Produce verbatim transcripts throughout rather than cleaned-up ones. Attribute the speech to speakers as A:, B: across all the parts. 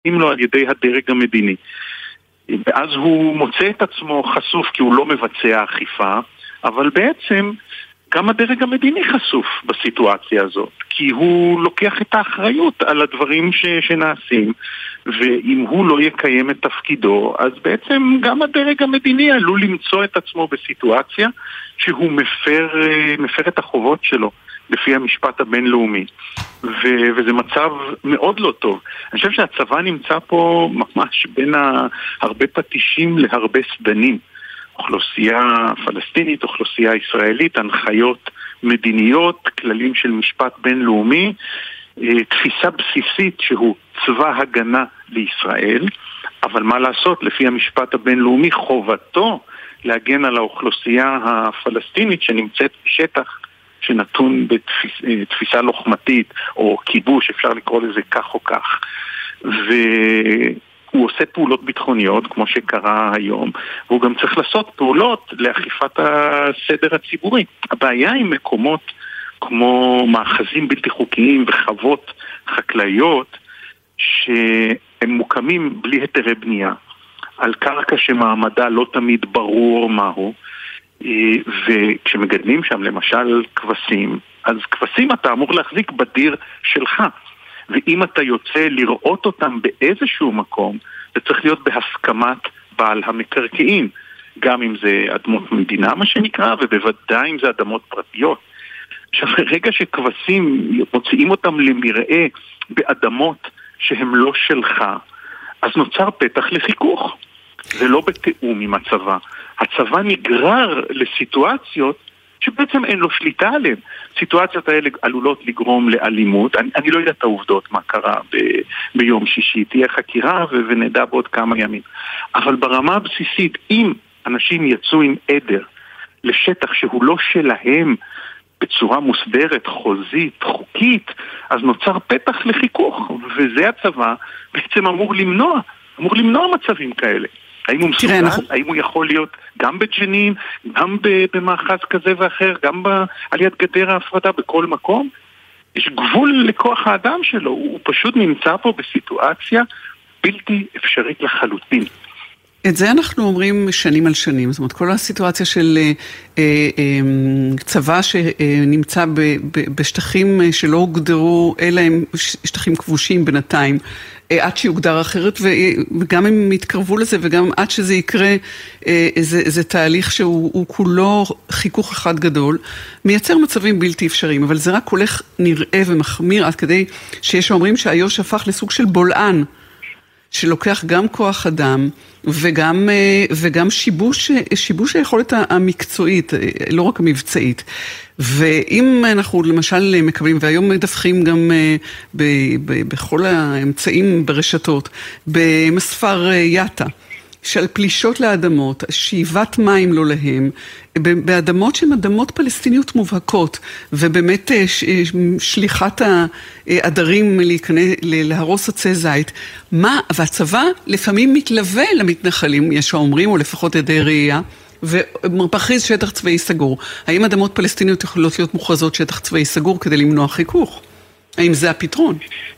A: אם לא על ידי הדרג המדיני. ואז הוא מוצא את עצמו חשוף כי הוא לא מבצע אכיפה, אבל בעצם גם הדרג המדיני חשוף בסיטואציה הזאת, כי הוא לוקח את האחריות על הדברים ש- שנעשים, ואם הוא לא יקיים את תפקידו, אז בעצם גם הדרג המדיני עלול למצוא את עצמו בסיטואציה שהוא מפר, מפר את החובות שלו לפי המשפט הבינלאומי. ו- וזה מצב מאוד לא טוב. אני חושב שהצבא נמצא פה ממש בין הרבה פטישים להרבה סדנים. אוכלוסייה פלסטינית, אוכלוסייה ישראלית, הנחיות מדיניות, כללים של משפט בינלאומי, תפיסה בסיסית שהוא צבא הגנה לישראל, אבל מה לעשות, לפי המשפט הבינלאומי חובתו להגן על האוכלוסייה הפלסטינית שנמצאת בשטח שנתון בתפיסה לוחמתית או כיבוש, אפשר לקרוא לזה כך או כך. והוא עושה פעולות ביטחוניות כמו שקרה היום, והוא גם צריך לעשות פעולות לאכיפת הסדר הציבורי. הבעיה עם מקומות כמו מאחזים בלתי חוקיים וחוות חקלאיות שהם מוקמים בלי היתרי בנייה על קרקע שמעמדה לא תמיד ברור מהו, וכשמגדלים שם למשל כבשים, אז כבשים אתה אמור להחזיק בדיר שלך, ואם אתה יוצא לראות אותם באיזשהו מקום, זה צריך להיות בהסכמת בעל המקרקעין, גם אם זה אדמות מדינה מה שנקרא, ובוודאי אם זה אדמות פרטיות. עכשיו, ברגע שכבשים מוציאים אותם למרעה באדמות שהם לא שלך, אז נוצר פתח לחיכוך. זה לא בתאום עם הצבא. הצבא נגרר לסיטואציות שבעצם אין לו שליטה עליהן. סיטואציות האלה עלולות לגרום לאלימות. אני, אני לא יודע את העובדות מה קרה ב, ביום שישי. תהיה חקירה ו, ונדע בעוד כמה ימים. אבל ברמה הבסיסית, אם אנשים יצאו עם עדר לשטח שהוא לא שלהם בצורה מוסדרת, חוזית, חוקית, אז נוצר פתח לחיכוך. וזה הצבא בעצם אמור למנוע, אמור למנוע מצבים כאלה. האם הוא מסוגל? אנחנו... האם הוא יכול להיות גם בג'נין, גם במאחז כזה ואחר, גם ב... על יד גדר ההפרדה, בכל מקום? יש גבול לכוח האדם שלו, הוא פשוט נמצא פה בסיטואציה בלתי אפשרית לחלוטין.
B: את זה אנחנו אומרים שנים על שנים, זאת אומרת, כל הסיטואציה של אה, אה, צבא שנמצא ב, ב, בשטחים שלא הוגדרו, אלא הם שטחים כבושים בינתיים, אה, עד שיוגדר אחרת, וגם הם יתקרבו לזה, וגם עד שזה יקרה, אה, זה, זה תהליך שהוא כולו חיכוך אחד גדול, מייצר מצבים בלתי אפשריים, אבל זה רק הולך נראה ומחמיר, עד כדי שיש שאומרים שהיוש הפך לסוג של בולען, שלוקח גם כוח אדם וגם, וגם שיבוש, שיבוש היכולת המקצועית, לא רק המבצעית. ואם אנחנו למשל מקבלים, והיום מדווחים גם ב, ב, בכל האמצעים ברשתות, במספר יטה, של פלישות לאדמות, שאיבת מים לא להם, באדמות שהן אדמות פלסטיניות מובהקות, ובאמת שליחת העדרים להרוס עצי זית, מה, והצבא לפעמים מתלווה למתנחלים, יש האומרים, או לפחות עדי ראייה, ומכריז שטח צבאי סגור. האם אדמות פלסטיניות יכולות להיות מוכרזות שטח צבאי סגור כדי למנוע חיכוך? האם זה הפתרון?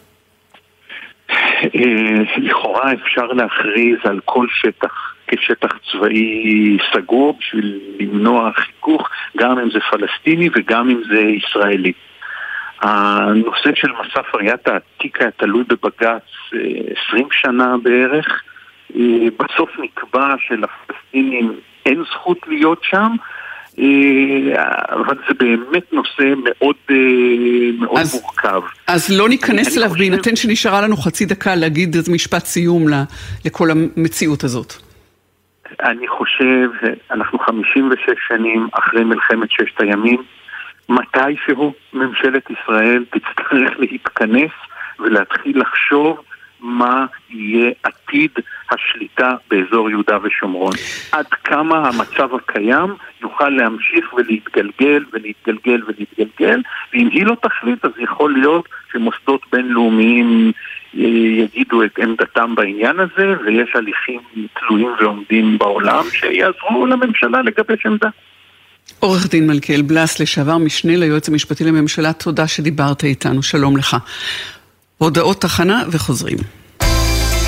A: לכאורה אפשר להכריז על כל שטח כשטח צבאי סגור בשביל למנוע חיכוך, גם אם זה פלסטיני וגם אם זה ישראלי. הנושא של מסע פריית העתיק היה תלוי בבג"ץ עשרים שנה בערך. בסוף נקבע שלפלסטינים אין זכות להיות שם, אבל זה באמת נושא מאוד, מאוד אז, מורכב.
B: אז לא ניכנס אליו, חושב... בהינתן שנשארה לנו חצי דקה להגיד איזה משפט סיום לכל המציאות הזאת.
A: אני חושב, אנחנו חמישים ושש שנים אחרי מלחמת ששת הימים, מתישהו ממשלת ישראל תצטרך להתכנס ולהתחיל לחשוב מה יהיה עתיד השליטה באזור יהודה ושומרון. עד כמה המצב הקיים יוכל להמשיך ולהתגלגל ולהתגלגל ולהתגלגל, ואם היא לא תחליט אז יכול להיות שמוסדות בינלאומיים יגידו את עמדתם בעניין הזה, ויש הליכים תלויים ועומדים בעולם שיעזרו לממשלה לגבש עמדה.
B: עורך דין מלכיאל בלס, לשעבר משנה ליועץ המשפטי לממשלה, תודה שדיברת איתנו, שלום לך. הודעות תחנה וחוזרים.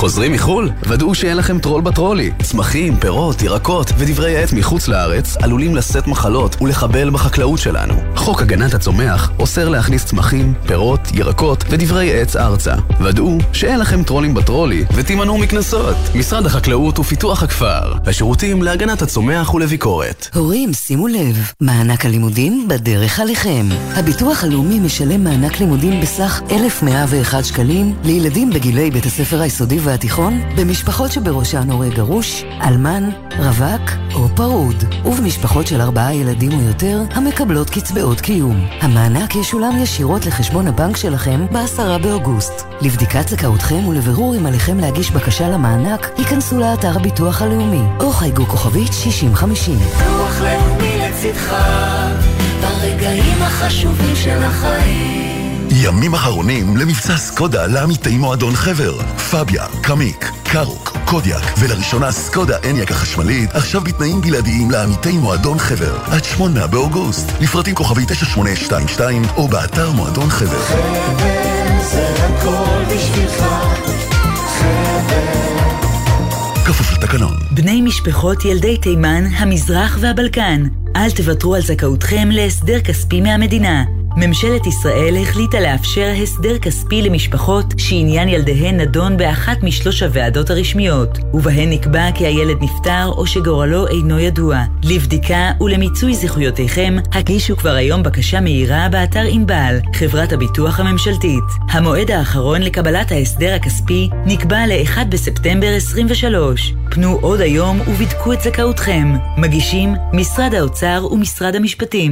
C: חוזרים מחול? ודאו שאין לכם טרול בטרולי. צמחים, פירות, ירקות ודברי עץ מחוץ לארץ עלולים לשאת מחלות ולחבל בחקלאות שלנו. חוק הגנת הצומח אוסר להכניס צמחים, פירות, ירקות ודברי עץ ארצה. ודאו שאין לכם טרולים בטרולי ותימנעו מכנסות. משרד החקלאות ופיתוח הכפר. השירותים להגנת הצומח ולביקורת.
D: הורים, שימו לב, מענק הלימודים בדרך עליכם. הביטוח הלאומי משלם מענק לימודים בסך אלף מאה ואחד שקלים לילדים בגילי בית הספר היסודי והתיכון, במשפחות שבראשן הורה גרוש, אלמן, רווק או פרוד, ובמשפחות של ארבעה ילדים או יותר המקבלות קצבאות קיום. המענק ישולם ישירות לחשבון הבנק שלכם בעשרה באוגוסט. לבדיקת זכאותכם ולבירור אם עליכם להגיש בקשה למענק, ייכנסו לאתר הביטוח הלאומי או חייגו כוכבית שישים חמישים.
E: ביטוח לאומי לצדך ברגעים החשובים של החיים.
F: ימים אחרונים למבצע סקודה לעמיתי מועדון חבר. פביה, קמיק, קרוק, קודיאק ולראשונה סקודה אניאק החשמלית עכשיו בתנאים בלעדיים לעמיתי מועדון חבר עד שמונה באוגוסט. לפרטים כוכבי תשע שמונה שתיים שתיים או באתר מועדון חבר.
E: חבר זה הכל בשבילך. חבר
F: כפוף לתקנון.
G: בני משפחות ילדי תימן, המזרח והבלקן, אל תוותרו על זכאותכם להסדר כספי מהמדינה. ממשלת ישראל החליטה לאפשר הסדר כספי למשפחות שעניין ילדיהן נדון באחת משלוש הוועדות הרשמיות, ובהן נקבע כי הילד נפטר או שגורלו אינו ידוע. לבדיקה ולמיצוי זכויותיכם, הגישו כבר היום בקשה מהירה באתר ענבל, חברת הביטוח הממשלתית. המועד האחרון לקבלת ההסדר הכספי נקבע ל-אחד בספטמבר עשרים ושלוש. פנו עוד היום ובדקו את זכאותכם. מגישים משרד האוצר ומשרד המשפטים.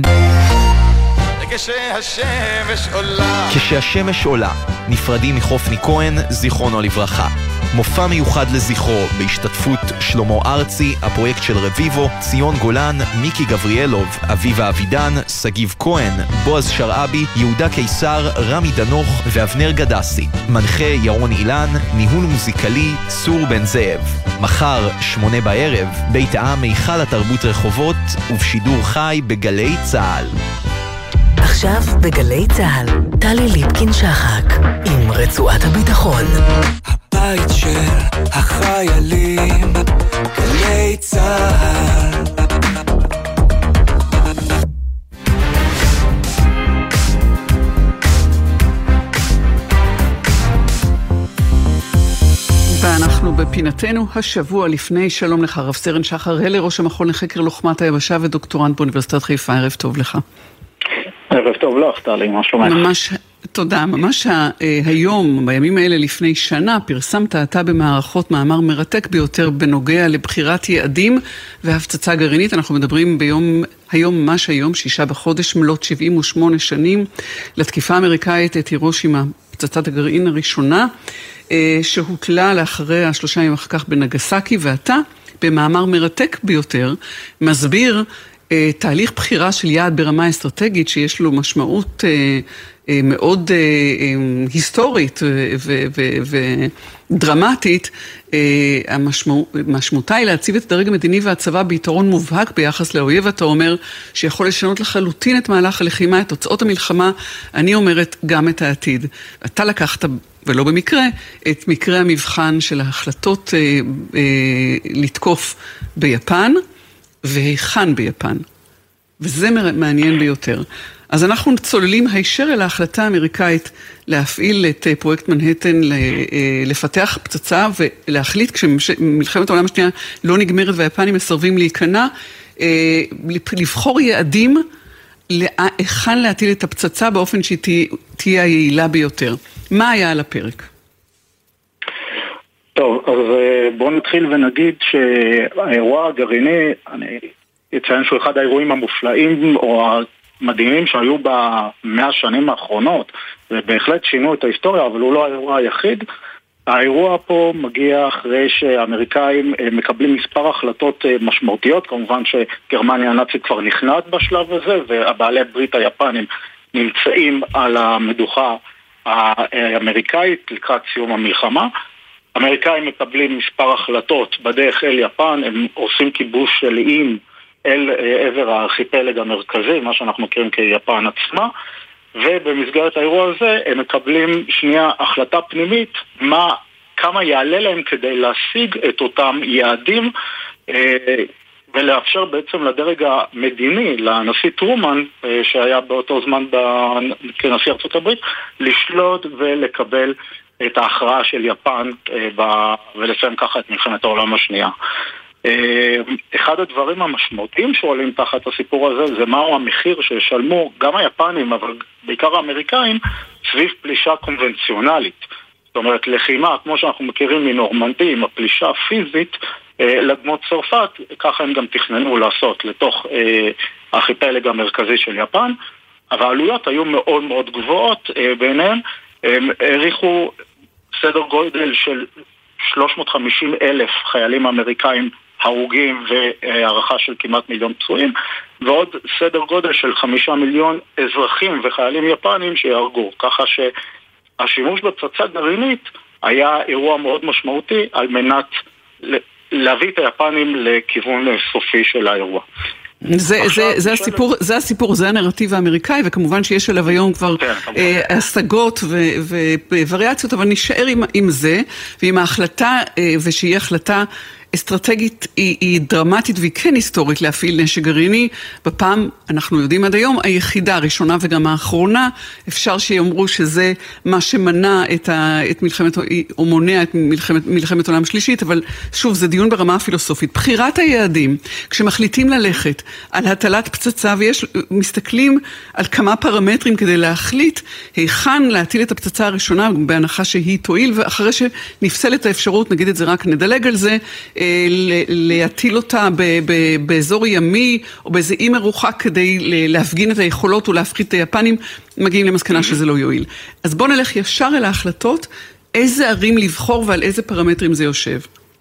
H: כשהשמש עולה כשהשמש עולה נפרדים מחופני כהן, זיכרונו לברכה. מופע מיוחד לזכרו בהשתתפות שלמה ארצי, הפרויקט של רביבו, ציון גולן, מיקי גבריאלוב, אביבה אבידן, סגיב כהן, בועז שרעבי, יהודה קיסר, רמי דנוך ואבנר גדסי. מנחה ירון אילן, ניהול מוזיקלי צור בן זאב. מחר שמונה בערב בית העם מיכל התרבות רחובות ובשידור חי בגלי צהל.
D: עכשיו בגלי צהל, טלי ליפקין שחק עם רצועת הביטחון.
E: הבית של החיילים, גלי צהל.
B: ואנחנו בפינתנו השבוע לפני. שלום לך רב סרן שחר הלר, ראש המכון לחקר לוחמת היבשה ודוקטורנט באוניברסיטת חיפה. ערב טוב לך.
A: ערב טוב לך, טלי, מה שומע?
B: ממש, תודה. ממש היום, בימים האלה לפני שנה, פרסמת אתה במערכות מאמר מרתק ביותר בנוגע לבחירת יעדים והפצצה גרעינית. אנחנו מדברים ביום, היום, ממש היום, שישה בחודש, מלאת שבעים ושמונה שנים, לתקיפה האמריקאית את הירושימה, פצצת הגרעין הראשונה, שהוטלה לאחריה שלושה ימים אחר כך בנגסקי, ואתה, במאמר מרתק ביותר, מסביר תהליך בחירה של יעד ברמה אסטרטגית שיש לו משמעות מאוד היסטורית ודרמטית. המשמעותה היא להציב את הדרג המדיני והצבא ביתרון מובהק ביחס לאויב. אתה אומר שיכול לשנות לחלוטין את מהלך הלחימה, את תוצאות המלחמה, אני אומרת גם את העתיד. אתה לקחת, ולא במקרה, את מקרה המבחן של ההחלטות לתקוף ביפן, והיכן ביפן. וזה מעניין ביותר. אז אנחנו צוללים הישר אל ההחלטה האמריקאית להפעיל את פרויקט מנהטן, לפתח פצצה ולהחליט כשמלחמת העולם השנייה לא נגמרת והיפנים מסרבים להיכנע, לבחור יעדים להיכן להטיל את הפצצה באופן שהיא תהיה היעילה ביותר. מה היה על הפרק?
A: טוב, אז בואו נתחיל ונגיד שהאירוע הגרעיני, אני אציין שהוא אחד האירועים המופלאים או המדהימים שהיו במאה השנים האחרונות, ובהחלט שינו את ההיסטוריה, אבל הוא לא האירוע היחיד. האירוע פה מגיע אחרי שהאמריקאים מקבלים מספר החלטות משמעותיות, כמובן שגרמניה הנאצית כבר נכנעת בשלב הזה, והבעלי ברית היפנים נמצאים על המדוכה האמריקאית לקראת סיום המלחמה. האמריקאים מקבלים מספר החלטות בדרך אל יפן, הם עושים כיבוש של איים אל עבר הארכיפלג המרכזי, מה שאנחנו מכירים כיפן עצמה, ובמסגרת האירוע הזה הם מקבלים שנייה החלטה פנימית, מה
I: כמה יעלה להם כדי להשיג את אותם יעדים, ולאפשר בעצם לדרג המדיני, לנשיא טרומן, שהיה באותו זמן כנשיא ארצות הברית, לשלוט ולקבל את ההכרעה של יפן ולסיים ככה את מלחמת העולם השנייה. אחד הדברים המשמעותיים שעולים תחת הסיפור הזה זה מהו המחיר שישלמו גם היפנים אבל בעיקר האמריקאים סביב פלישה קונבנציונלית. זאת אומרת לחימה כמו שאנחנו מכירים מנורמנדי עם הפלישה הפיזית לגמות צרפת, ככה הם גם תכננו לעשות לתוך הארכיפלג המרכזי של יפן, אבל העלויות היו מאוד מאוד גבוהות ביניהם. הם העריכו סדר גודל של שלוש מאות וחמישים אלף חיילים אמריקאים הרוגים והערכה של כמעט מיליון פצועים, ועוד סדר גודל של חמישה מיליון אזרחים וחיילים יפנים שיהרגו. ככה שהשימוש בפצצה גרעינית היה אירוע מאוד משמעותי על מנת להביא את היפנים לכיוון סופי של האירוע.
B: זה, זה, זה הסיפור, זה הסיפור, זה הנרטיב האמריקאי, וכמובן שיש עליו היום כבר אה, השגות ווריאציות, אבל נשאר עם, עם זה, ועם ההחלטה, אה, ושהיא החלטה אסטרטגית, היא, היא דרמטית והיא כן היסטורית להפעיל נשק גרעיני, בפעם, אנחנו יודעים עד היום, היחידה הראשונה וגם האחרונה, אפשר שיאמרו שזה מה שמנע את, ה, את מלחמת, או מונע את מלחמת, מלחמת עולם שלישית, אבל שוב, זה דיון ברמה הפילוסופית. בחירת היעדים, כשמחליטים ללכת על הטלת פצצה, ויש, מסתכלים על כמה פרמטרים כדי להחליט היכן להטיל את הפצצה הראשונה, בהנחה שהיא תועיל, ואחרי שנפסלת האפשרות, נגיד את זה רק, נדלג על זה, להטיל אותה באזור ימי או באיזה אי מרוחק כדי להפגין את היכולות ולהפחית את היפנים, מגיעים למסקנה שזה לא יועיל. אז בואו נלך ישר אל ההחלטות, איזה ערים לבחור ועל איזה פרמטרים זה יושב.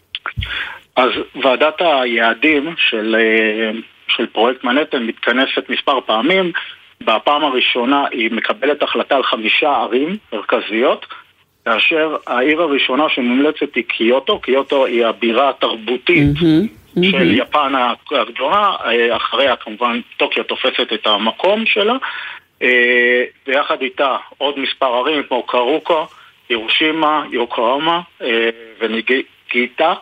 I: אז ועדת היעדים של, של פרויקט מנהטן מתכנסת מספר פעמים. בפעם הראשונה היא מקבלת החלטה על חמישה ערים מרכזיות, כאשר העיר הראשונה שמומלצת היא קיוטו. קיוטו היא הבירה התרבותית mm-hmm, של mm-hmm. יפן הגדולה, אחריה כמובן טוקיו תופסת את המקום שלה, ויחד איתה עוד מספר ערים כמו קרוקו, הירושימה, יוקוהמה וניגיטה,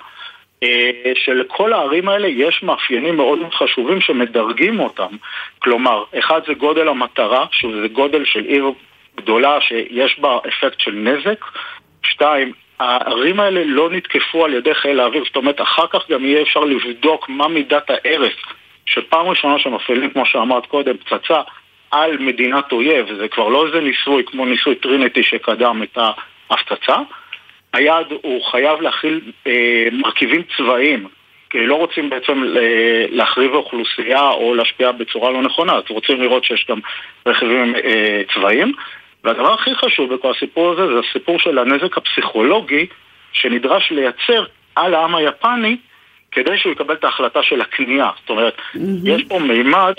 I: שלכל הערים האלה יש מאפיינים מאוד חשובים שמדרגים אותם. כלומר, אחד זה גודל המטרה, שזה גודל של עיר גדולה שיש בה אפקט של נזק. שתיים, הערים האלה לא נתקפו על ידי חיל האוויר, זאת אומרת אחר כך גם יהיה אפשר לבדוק מה מידת ההרס שפעם ראשונה שמפעילים, כמו שאמרת קודם, פצצה על מדינת אויב. זה כבר לא איזה ניסוי כמו ניסוי טריניטי שקדם את ההפצצה. היעד הוא חייב להכיל אה, מרכיבים צבאיים, כי לא רוצים בעצם להחריב אוכלוסייה או להשפיע בצורה לא נכונה, אז רוצים לראות שיש גם רכיבים אה, צבאיים. והדבר הכי חשוב בכל הסיפור הזה זה הסיפור של הנזק הפסיכולוגי שנדרש לייצר על העם היפני כדי שהוא יקבל את ההחלטה של הקנייה. זאת אומרת, mm-hmm. יש פה מימד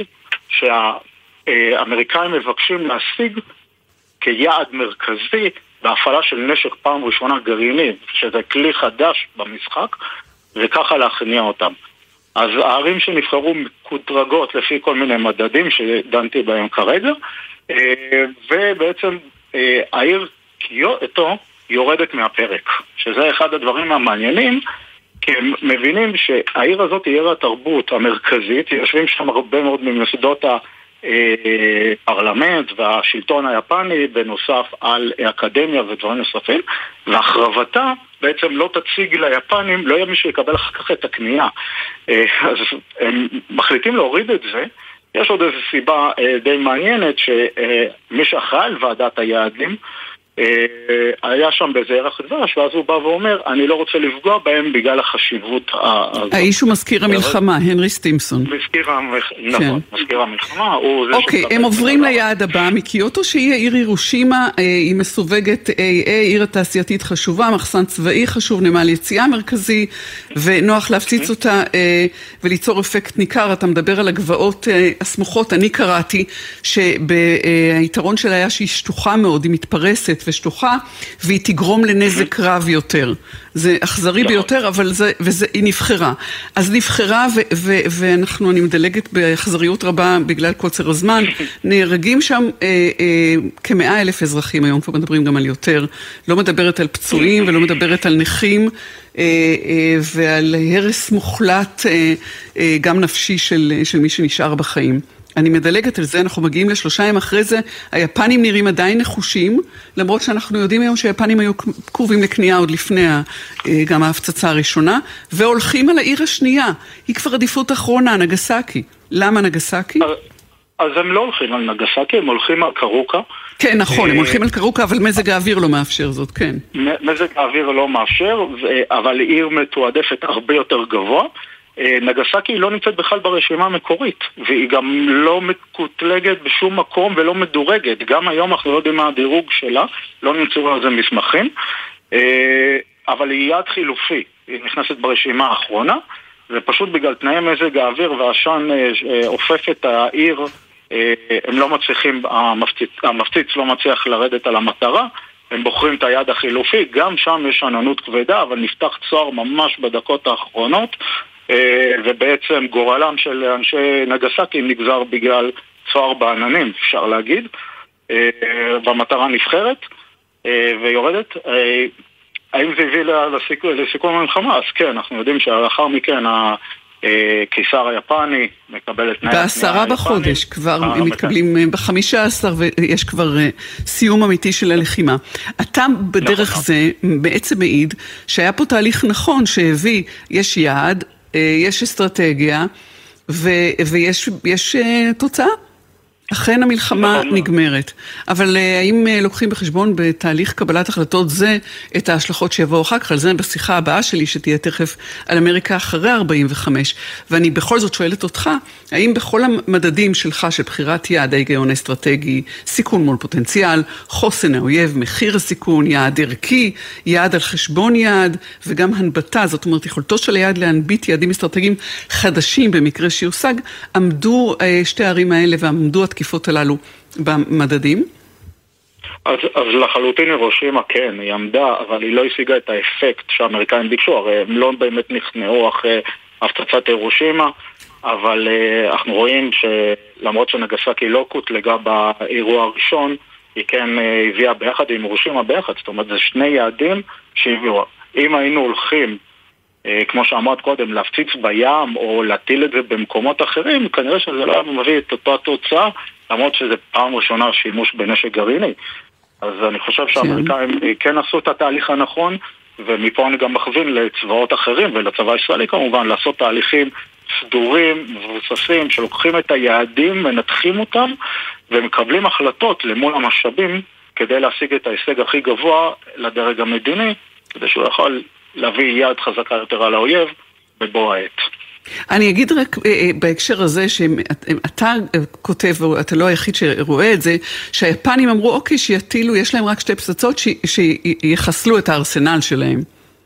I: שהאמריקאים מבקשים להשיג כיעד מרכזי בהפעלה של נשק פעם ראשונה גרעיני, שזה כלי חדש במשחק, וככה להכניע אותם. אז הערים שנבחרו מקודרגות לפי כל מיני מדדים שדנתי בהם כרגע, ובעצם העיר קיוטו יורדת מהפרק, שזה אחד הדברים המעניינים, כי הם מבינים שהעיר הזאת היא עיר התרבות המרכזית, יושבים שם הרבה מאוד ממוסדות הפרלמנט והשלטון היפני, בנוסף על אקדמיה ודברים נוספים, והחרבתה בעצם לא תציג ליפנים, לא יהיה מי שיקבל אחר כך את הקנייה. אז הם מחליטים להוריד את זה. יש עוד איזו סיבה די מעניינת, שמי שאחראי על ועדת היעדים, היה שם באיזה ערך דבש, ואז הוא בא ואומר, אני לא רוצה לפגוע בהם בגלל החשיבות הזאת.
B: האיש הוא מזכיר המלחמה, הנרי סטימפסון.
I: מזכיר המלחמה, נכון, מזכיר המלחמה.
B: אוקיי, הם עוברים ליעד הבא, מקיוטו שהיא העיר הירושימה, היא מסווגת עיר התעשייתית חשובה, מחסן צבאי חשוב, נמל יציאה מרכזי, ונוח להפציץ אותה וליצור אפקט ניכר. אתה מדבר על הגבעות הסמוכות, אני קראתי שהיתרון שלה היה שהיא שטוחה מאוד, היא מתפרסת, ושטוחה, והיא תגרום לנזק רב יותר. זה אכזרי ביותר, אבל זה, וזה, היא נבחרה. אז נבחרה, ו, ו, ואנחנו, אני מדלגת באכזריות רבה בגלל קוצר הזמן, נהרגים שם אה, אה, כמאה אלף אזרחים, היום כבר מדברים גם על יותר, לא מדברת על פצועים ולא מדברת על נכים, אה, אה, ועל הרס מוחלט, אה, אה, גם נפשי של, של מי שנשאר בחיים. אני מדלגת על זה, אנחנו מגיעים לשלושה ימים אחרי זה, היפנים נראים עדיין נחושים, למרות שאנחנו יודעים היום שהיפנים היו קרובים לקנייה עוד לפני גם ההפצצה הראשונה, והולכים על העיר השנייה, היא כבר עדיפות אחרונה, נגסקי. למה נגסקי?
I: אז הם לא הולכים על נגסקי, הם הולכים על קרוקה.
B: כן, נכון, הם הולכים על קרוקה, אבל מזג האוויר לא מאפשר זאת, כן.
I: מזג האוויר לא מאפשר, אבל עיר מתועדפת הרבה יותר גבוה. נגסקי לא נמצאת בכלל ברשימה המקורית, והיא גם לא מקוטלגת בשום מקום ולא מדורגת. גם היום אנחנו לא יודעים מה הדירוג שלה, לא נמצאו על זה מסמכים, אבל היא יעד חילופי, היא נכנסת ברשימה האחרונה, ופשוט בגלל תנאי מזג האוויר והעשן אופף את העיר, הם לא מצליחים, המפציץ, המפציץ לא מצליח לרדת על המטרה, הם בוחרים את היעד החילופי, גם שם יש עננות כבדה, אבל נפתח צוהר ממש בדקות האחרונות, ובעצם גורלם של אנשי נגסקי נגזר בגלל צוהר בעננים, אפשר להגיד, והמטרה נבחרת ויורדת. האם זה הביא לסיכום המלחמה? אז כן, אנחנו יודעים שלאחר מכן הקיסר היפני מקבל את תנאי הכניעה היפני. בעשרה
B: בחודש כבר הם מתקבלים בחמישה עשר ויש כבר סיום אמיתי של הלחימה. אתה בדרך זה בעצם מעיד שהיה פה תהליך נכון שהביא, יש יעד, יש אסטרטגיה ויש יש תוצאה. אכן המלחמה נגמרת. אבל האם לוקחים בחשבון בתהליך קבלת החלטות זה את ההשלכות שיבואו אחר כך? על זה בשיחה הבאה שלי שתהיה תכף על אמריקה אחרי ארבעים וחמש. ואני בכל זאת שואלת אותך, האם בכל המדדים שלך של בחירת יעד, ההיגיון האסטרטגי, סיכון מול פוטנציאל, חוסן האויב, מחיר הסיכון, יעד ערכי, יעד על חשבון יעד, וגם הנבטה, זאת אומרת, יכולתו של היעד להנביט יעדים אסטרטגיים חדשים במקרה שיושג, עמדו שתי הערים האלה ועמדו התקיפות הללו במדדים?
I: אז, אז לחלוטין הירושימה כן, היא עמדה, אבל היא לא השיגה את האפקט שהאמריקאים ביקשו, הרי הם לא באמת נכנעו אחרי הפצצת הירושימה, אבל uh, אנחנו רואים שלמרות שנגסקי לא קוטלגה באירוע הראשון, היא כן uh, הביאה ביחד עם הירושימה ביחד, זאת אומרת זה שני יעדים שהביאו. אם היינו הולכים כמו שאמרת קודם, להפציץ בים או להטיל את זה במקומות אחרים, כנראה שזה לא מביא את אותה תוצאה, למרות שזה פעם ראשונה שימוש בנשק גרעיני. אז אני חושב שהאמריקאים כן עשו את התהליך הנכון, ומפה אני גם מכווין לצבאות אחרים ולצבא הישראלי כמובן, לעשות תהליכים סדורים, מבוססים, שלוקחים את היעדים, מנתחים אותם, ומקבלים החלטות למול המשאבים, כדי להשיג את ההישג הכי גבוה לדרג המדיני, כדי שהוא יכול להביא יד חזקה יותר על האויב בבוא העת.
B: אני אגיד רק בהקשר הזה שאתה כותב, ואתה לא היחיד שרואה את זה, שהיפנים אמרו, אוקיי, שיטילו, יש להם רק שתי פצצות שיחסלו את הארסנל שלהם.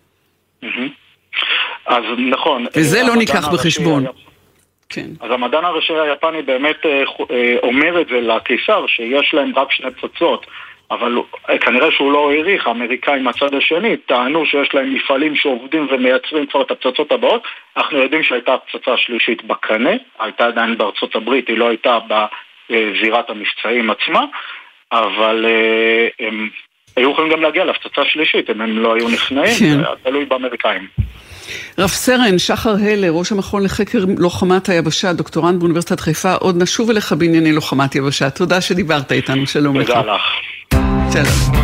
I: אז נכון.
B: וזה לא ניקח בחשבון. כן.
I: אז המדען הראשי היפני באמת אומר את זה לקיסר, שיש להם רק שני פצצות. אבל כנראה שהוא לא העריך, האמריקאים מהצד השני טענו שיש להם מפעלים שעובדים ומייצרים כבר את הפצצות הבאות. אנחנו יודעים שהייתה הפצצה השלישית בקנה, הייתה עדיין בארצות הברית, היא לא הייתה בזירת המבצעים עצמה, אבל הם היו יכולים גם להגיע להפצצה שלישית, אם הם לא היו נכנעים, כן. תלוי באמריקאים.
B: רב סרן שחר הלר, ראש המכון לחקר לוחמת היבשה, דוקטורנט באוניברסיטת חיפה, עוד נשוב אליך בענייני לוחמת יבשה. תודה שדיברת איתנו, שלום לך.
I: תודה לך.
B: שלום.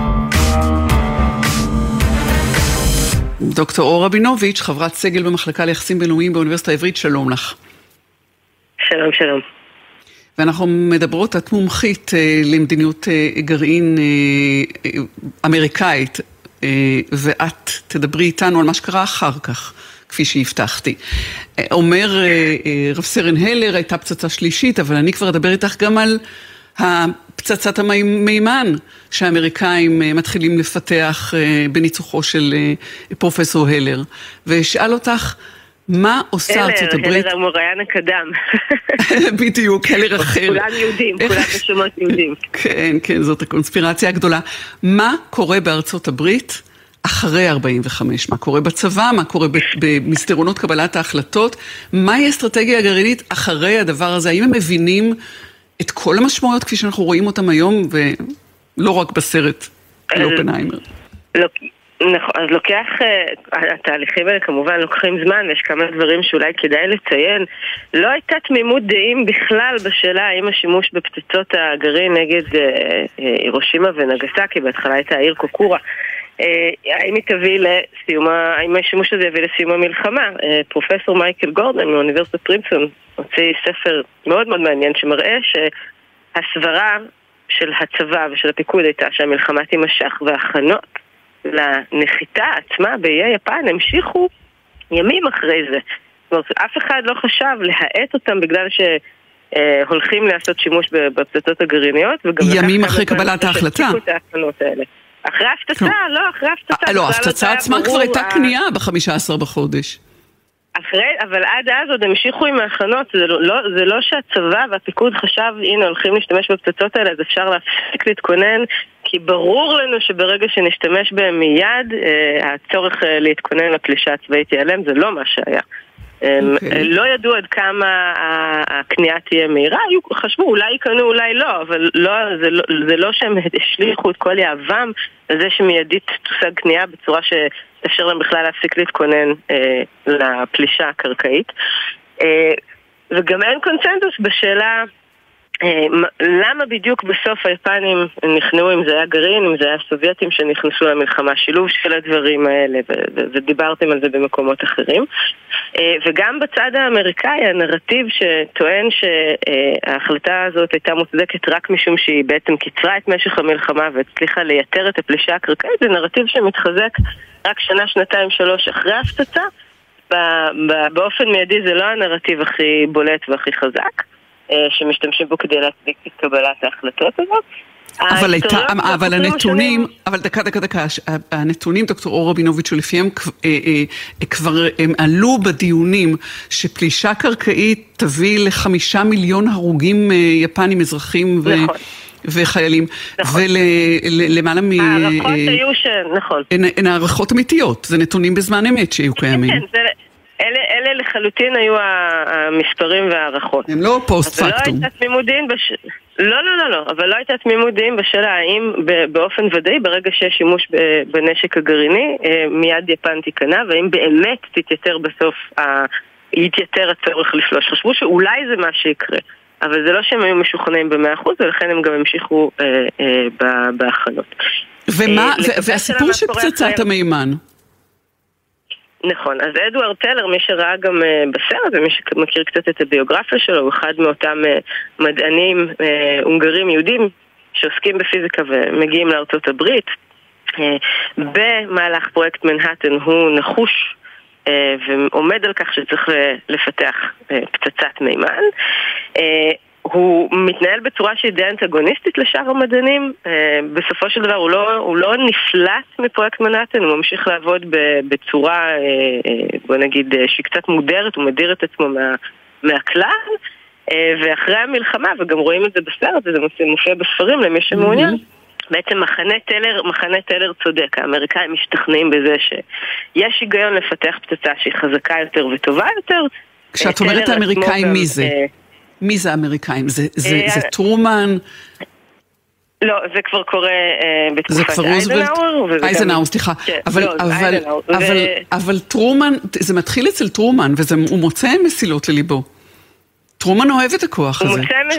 B: דוקטור אור רבינוביץ', חברת סגל במחלקה ליחסים בינלאומיים באוניברסיטה העברית, שלום לך.
J: שלום, שלום.
B: ואנחנו מדברות, את מומחית למדיניות גרעין אמריקאית, ואת תדברי איתנו על מה שקרה אחר כך, כפי שהבטחתי. אומר רב סרן הלר, הייתה פצצה שלישית, אבל אני כבר אדבר איתך גם על הפצצת המימן שהאמריקאים מתחילים לפתח בניצוחו של פרופסור הלר. ושאל אותך, מה עושה ארצות הברית?
J: הלר המוריין הקדם.
B: בדיוק, הלר אחר.
J: כולם יהודים, כולם בשומות יהודים.
B: כן, כן, זאת הקונספירציה הגדולה. מה קורה בארצות הברית אחרי ארבעים וחמש? מה קורה בצבא? מה קורה במסדרונות קבלת ההחלטות? מהי האסטרטגיה הגרעינית אחרי הדבר הזה? האם הם מבינים את כל המשמעויות כפי שאנחנו רואים אותם היום, ולא רק בסרט על אופנהיימר?
J: לא, נכון, אז לוקח, התהליכים האלה כמובן לוקחים זמן, ויש כמה דברים שאולי כדאי לציין. לא הייתה תמימות דעים בכלל בשאלה האם השימוש בפצצות הגרעין נגד הירושימה ונגסקי, בהתחלה הייתה העיר קוקורה, האם היא תביא לסיום, האם השימוש הזה יביא לסיום המלחמה. פרופסור מייקל גורדון מאוניברסיטת פרינסטון הוציא ספר מאוד מאוד מעניין שמראה שהסברה של הצבא ושל הפיקוד הייתה שהמלחמה תימשך, וההכנות לנחיתה עצמה באיי יפן המשיכו ימים אחרי זה. זאת אומרת, אף אחד לא חשב להאט אותם בגלל שהולכים לעשות שימוש בפצצות הגרעיניות,
B: ימים אחרי קבלת ההחלטה.
J: אחרי הפצצה, לא, אחרי הפצצה.
B: לא, הפצצה עצמה כבר הייתה קנייה ב-חמישה עשר בחודש.
J: אחרי, אבל עד אז עוד המשיכו עם ההכנות. זה לא, זה לא שהצבא והפיקוד חשב, הנה, הולכים להשתמש בפצצות האלה, אז אפשר להפסיק להתכונן, כי ברור לנו שברגע שנשתמש בהם מיד, הצורך להתכונן לפלישה הצבאית ייעלם, זה לא מה שהיה. Okay. לא ידעו עד כמה הקנייה תהיה מהירה, חשבו אולי יקנו אולי לא, אבל לא, זה, לא, זה לא שהם השליחו את כל יעבם לזה שמיידית תושג קנייה בצורה שתאפשר להם בכלל להפסיק להתכונן אה, לפלישה הקרקעית. אה, וגם אין קונצנזוס בשאלה אה, למה בדיוק בסוף היפנים נכנעו, אם זה היה גרעין, אם זה היה סובייטים שנכנסו למלחמה, שילוב של הדברים האלה, ו- ו- ודיברתם על זה במקומות אחרים. וגם בצד האמריקאי, הנרטיב שטוען שההחלטה הזאת הייתה מוצדקת רק משום שהיא בעצם קיצרה את משך המלחמה והצליחה לייתר את הפלישה הקרקעית, זה נרטיב שמתחזק רק שנה, שנתיים, שלוש אחרי ההפצצה. באופן מיידי זה לא הנרטיב הכי בולט והכי חזק, שמשתמשים בו כדי להצדיק את קבלת ההחלטות הזאת.
B: אבל הייתה, אבל הנתונים, אבל דקה, דקה, דקה, הנתונים, דוקטור אור רבינוביץ', שלפיהם כבר הם עלו בדיונים שפלישה קרקעית תביא לחמישה מיליון הרוגים יפנים, אזרחים וחיילים, ולמעלה מ...
J: הערכות היו ש... נכון.
B: הן הערכות אמיתיות, זה נתונים בזמן אמת שיהיו קיימים.
J: כן, זה... אלה, אלה לחלוטין היו המספרים והערכות.
B: הם לא פוסט פקטום.
J: אבל לא הייתה תמימות-דעים בש... לא, לא, לא, לא. אבל לא הייתה תמימות-דעים בשאלה האם באופן ודאי, ברגע שיש שימוש בנשק הגרעיני, מיד יפן תיכנע, והאם באמת תתייתר בסוף, יתייתר הצורך לפלוש. חשבו שאולי זה מה שיקרה. אבל זה לא שהם היו משוכנעים במאה אחוז, ולכן הם גם המשיכו אה, אה, בהכנות.
B: ומה, אה, והסיפור של פצצת המימן?
J: נכון, אז אדוארד טלר, מי שראה גם uh, בסרט, ומי שמכיר קצת את הביוגרפיה שלו, הוא אחד מאותם uh, מדענים uh, הונגרים יהודים שעוסקים בפיזיקה ומגיעים לארצות הברית. Uh, במהלך פרויקט מנהטן הוא נחוש uh, ועומד על כך שצריך לפתח uh, פצצת מימן. Uh, הוא מתנהל בצורה שהיא די אנטגוניסטית לשאר המדענים. בסופו של דבר הוא לא, הוא לא נפלט מפרויקט מנהטן, הוא ממשיך לעבוד בצורה, בוא נגיד, שהיא קצת מודרת, הוא מדיר את עצמו מה, מהכלל, ואחרי המלחמה, וגם רואים את זה בסרט, וזה מופיע בספרים למי שמעוניין, בעצם מחנה טלר, מחנה טלר צודק, האמריקאים משתכנעים בזה שיש היגיון לפתח פצצה שהיא חזקה יותר וטובה יותר.
B: כשאת אומרת האמריקאים, מי זה? מי זה האמריקאים? זה, זה, זה טרומן?
J: לא, זה כבר קורה בתקופת אייזנהאואר.
B: אייזנהאואר, סליחה. אבל, אבל, אבל, אבל טרומן, זה מתחיל אצל טרומן, והוא מוצא מסילות לליבו. טרומן אוהב את הכוח הזה.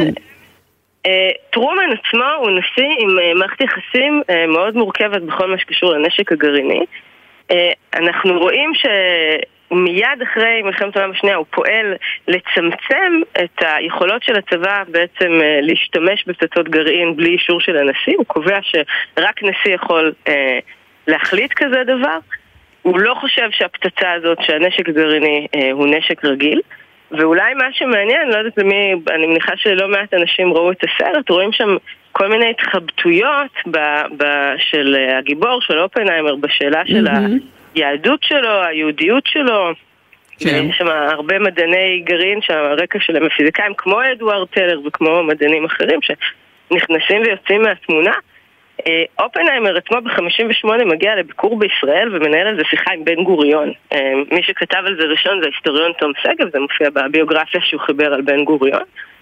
J: טרומן עצמו הוא נשיא עם מערכת יחסים מאוד מורכבת בכל מה שקשור לנשק הגרעיני. אנחנו רואים ש... מיד אחרי מלחמת העולם השנייה הוא פועל לצמצם את היכולות של הצבא בעצם להשתמש בפצצות גרעין בלי אישור של הנשיא. הוא קובע שרק נשיא יכול אה, להחליט כזה דבר. הוא לא חושב שהפצצה הזאת, שהנשק הגרעיני אה, הוא נשק רגיל. ואולי מה שמעניין, לא יודעת למי, אני מניחה שלא מעט אנשים ראו את הסרט, רואים שם כל מיני התחבטויות ב, ב, של הגיבור, של אופנהיימר, בשאלה של mm-hmm. ה... היהדות שלו, היהודיות שלו,
B: כן.
J: יש שם הרבה מדעני גרעין שהרקע שלהם הפיזיקאים, כמו אדוארד טלר וכמו מדענים אחרים שנכנסים ויוצאים מהתמונה. אופנהיימר עצמו ב-חמישים ושמונה מגיע לביקור בישראל ומנהל על זה שיחה עם בן גוריון. מי שכתב על זה ראשון זה היסטוריון תום שגב, זה מופיע בביוגרפיה שהוא חיבר על בן גוריון.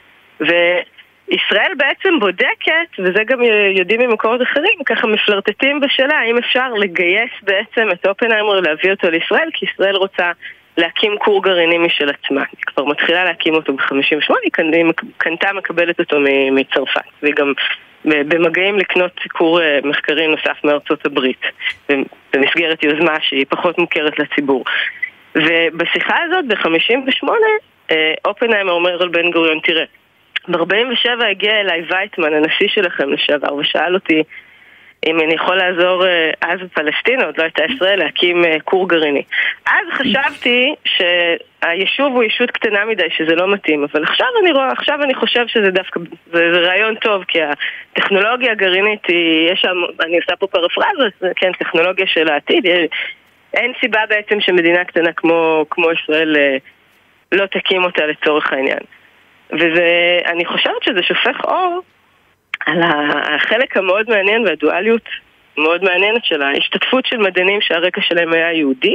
J: וישראל בעצם בודקת, וזה גם יודעים ממקורות אחרים, ככה מפלרטטים בשאלה האם אפשר לגייס בעצם את אופנהיימר להביא אותו לישראל, כי ישראל רוצה להקים כור גרעיני משל עצמה. היא כבר מתחילה להקים אותו ב-חמישים ושמונה, היא קנתה מקבלת אותו מצרפת, והיא גם במגעים לקנות כור מחקרי נוסף מארצות הברית, במסגרת יוזמה שהיא פחות מוכרת לציבור. ובשיחה הזאת ב-חמישים ושמונה, אופנהיימר אומר על בן גוריון, תראה, ב-ארבעים ושבע הגיע אליי וייטמן, הנשיא שלכם לשעבר, ושאל אותי אם אני יכול לעזור אז בפלסטינה, עוד לא הייתה ישראל, להקים כור גרעיני. אז חשבתי שהיישוב הוא ישות קטנה מדי, שזה לא מתאים, אבל עכשיו אני רואה, עכשיו אני חושב שזה דווקא, זה, זה רעיון טוב, כי הטכנולוגיה הגרעינית היא, יש שם, אני עושה פה פרפרזה, כן, טכנולוגיה של העתיד, אין סיבה בעצם שמדינה קטנה כמו, כמו ישראל לא תקים אותה לצורך העניין. ואני חושבת שזה שופך אור על החלק המאוד מעניין והדואליות מאוד מעניינת של ההשתתפות של מדענים שהרקע שלהם היה יהודי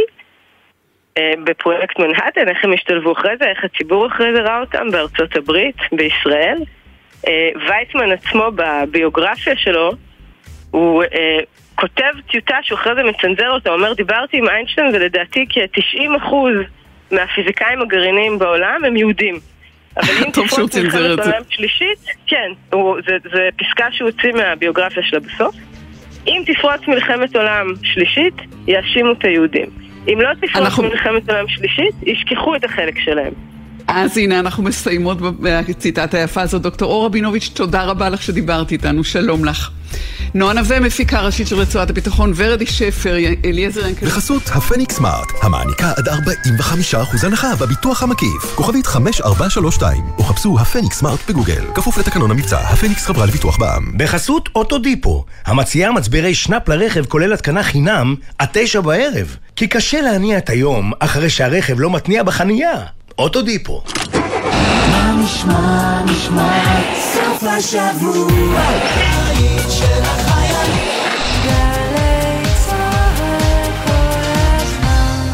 J: בפרויקט מנהטן, איך הם השתלבו אחרי זה, איך הציבור אחרי זה ראה אותם בארצות הברית, בישראל. וייטמן עצמו בביוגרפיה שלו הוא כותב טיוטה שהוא אחרי זה מצנזר אותה, הוא אומר, דיברתי עם איינשטיין ולדעתי כ-תשעים אחוז מהפיזיקאים הגרעיניים בעולם הם יהודים. אבל אם תפרוץ מלחמת עולם שלישית, כן, הוא, זה, זה פסקה שהוא הוציא מהביוגרפיה שלה בסוף. אם תפרוץ מלחמת עולם שלישית, יאשימו את היהודים. אם לא תפרוץ אנחנו... מלחמת עולם שלישית, ישכחו את החלק שלהם.
B: אז הנה, אנחנו מסיימות בציטטה היפה הזאת. דוקטור אור רבינוביץ', תודה רבה לך שדיברת איתנו, שלום לך. נועה נווה, מפיקה ראשית של רצועת הביטחון, ורדי שפר, אליעזר ינקל.
F: בחסות הפניקס סמארט, המעניקה עד ארבעים וחמישה אחוז הנחה בביטוח המקיף. כוכבית חמש ארבע שלוש שתיים, או חפשו הפניקס סמארט בגוגל. כפוף לתקנון המבצע, הפניקס חברה לביטוח בע"מ.
K: בחסות אוטודיפו, המציעה מצברי שנאפ לרכב כולל התקנה חינם עד תשע בערב. כי קשה להניע את היום אחרי שהרכב לא מתניע בחנייה. אוטודיפו.
E: מה נשמע, נשמע, סוף השבוע, הבית של החיילים, גלי צהל כל הזמן.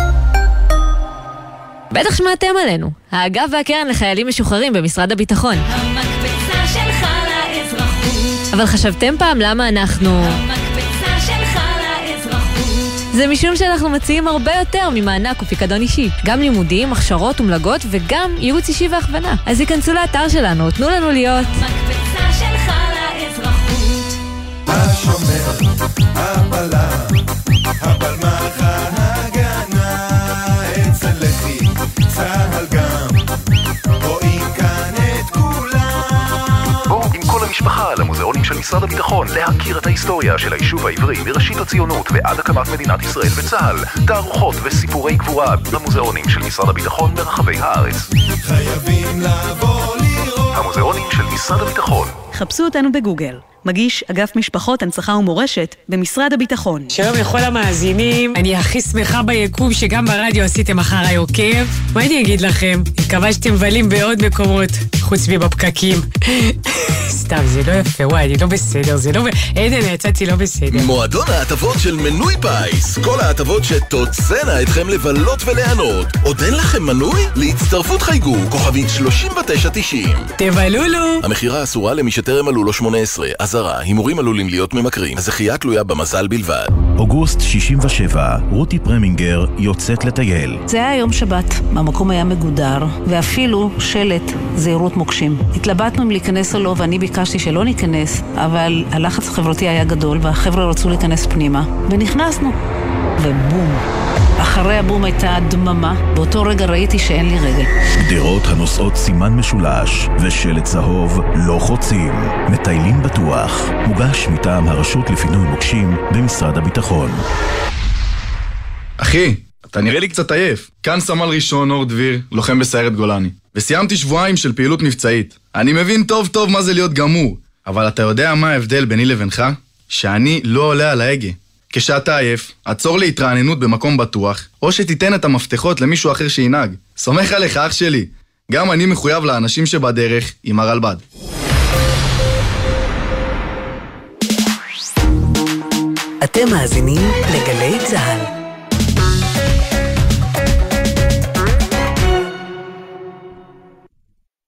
L: בטח שמעתם עלינו, האגף והקרן לחיילים משוחררים במשרד הביטחון.
E: המקבצה שלך לאזרחות.
L: אבל חשבתם פעם למה אנחנו...
E: המקבצה שלך לאזרחות.
L: זה משום שאנחנו מציעים הרבה יותר ממענק ופיקדון אישי. גם לימודים, הכשרות ומלגות וגם ייעוץ אישי והכוונה. אז היכנסו לאתר שלנו, תנו לנו להיות.
E: מקבצה שלך לאזרחות.
M: השומר, הבלם, הבלמח ההגנה, אצל לחי, צהל גם, רואים כאן את כולם.
C: בואו עם כל המשפחה למוזיאונים של משרד הביטחון להכיר את ההיסטוריה של היישוב העברי מראשית הציונות ועד הקמת מדינת ישראל וצה"ל, תערוכות וסיפורי גבורה במוזיאונים של משרד הביטחון ברחבי הארץ.
M: חייבים לבוא לראות.
C: המוזיאונים של משרד הביטחון.
N: חפשו אותנו בגוגל. מגיש אגף משפחות, הנצחה ומורשת במשרד הביטחון.
O: שלום לכל המאזינים, אני הכי שמחה ביקום שגם ברדיו עשיתם אחריי עוקב. מה אני אגיד לכם? מקווה שאתם מבלים בעוד מקומות, חוץ מבפקקים. סתם, זה לא יפה, וואי, אני לא בסדר, זה לא... עדן, יצאתי לא בסדר.
F: מועדון ההטבות של מנוי פייס. כל ההטבות שתוצאנה אתכם לבלות וליהנות. עוד אין לכם מנוי? להצטרפות חייגו, כוכבית שלושים ותשע תשעים.
O: תבלולו!
F: המחירה אסורה למי שטרם מלאו לו שמונה עשרה. אזהרה, הימורים עלולים להיות ממכרים. הזכייה תלויה במזל בלבד.
P: אוגוסט שישים ושבע, רותי פרמינגר יוצאת לטייל.
Q: זה היה יום שבת, המקום היה מגודר, ואפילו שלט זהירות מוקשים. התלבטנו אם להיכנס או לא, ואני ביקשתי שלא ניכנס, אבל הלחץ החברתי היה גדול, והחבר'ה רצו להיכנס פנימה, ונכנסנו. ובום. אחרי הבום הייתה דממה, באותו רגע ראיתי שאין לי רגל.
P: גדרות הנושאות סימן משולש, ושלט צהוב לא חוצים. מטיילים בטוח. מוגש מטעם הרשות לפינוי מוקשים במשרד הביטחון.
R: אחי, אתה נראה לי קצת עייף. כאן סמל ראשון אור דביר, לוחם בסיירת גולני. וסיימתי שבועיים של פעילות מבצעית. אני מבין טוב טוב מה זה להיות גמור, אבל אתה יודע מה ההבדל ביני לבינך? שאני לא עולה על ההגה. כשאתה עייף, עצור להתרעננות במקום בטוח, או שתיתן את המפתחות למישהו אחר שינהג. סומך עליך, אח שלי. גם אני מחויב לאנשים שבדרך עם הרלב"ד.
S: אתם מאזינים לגלי צהל.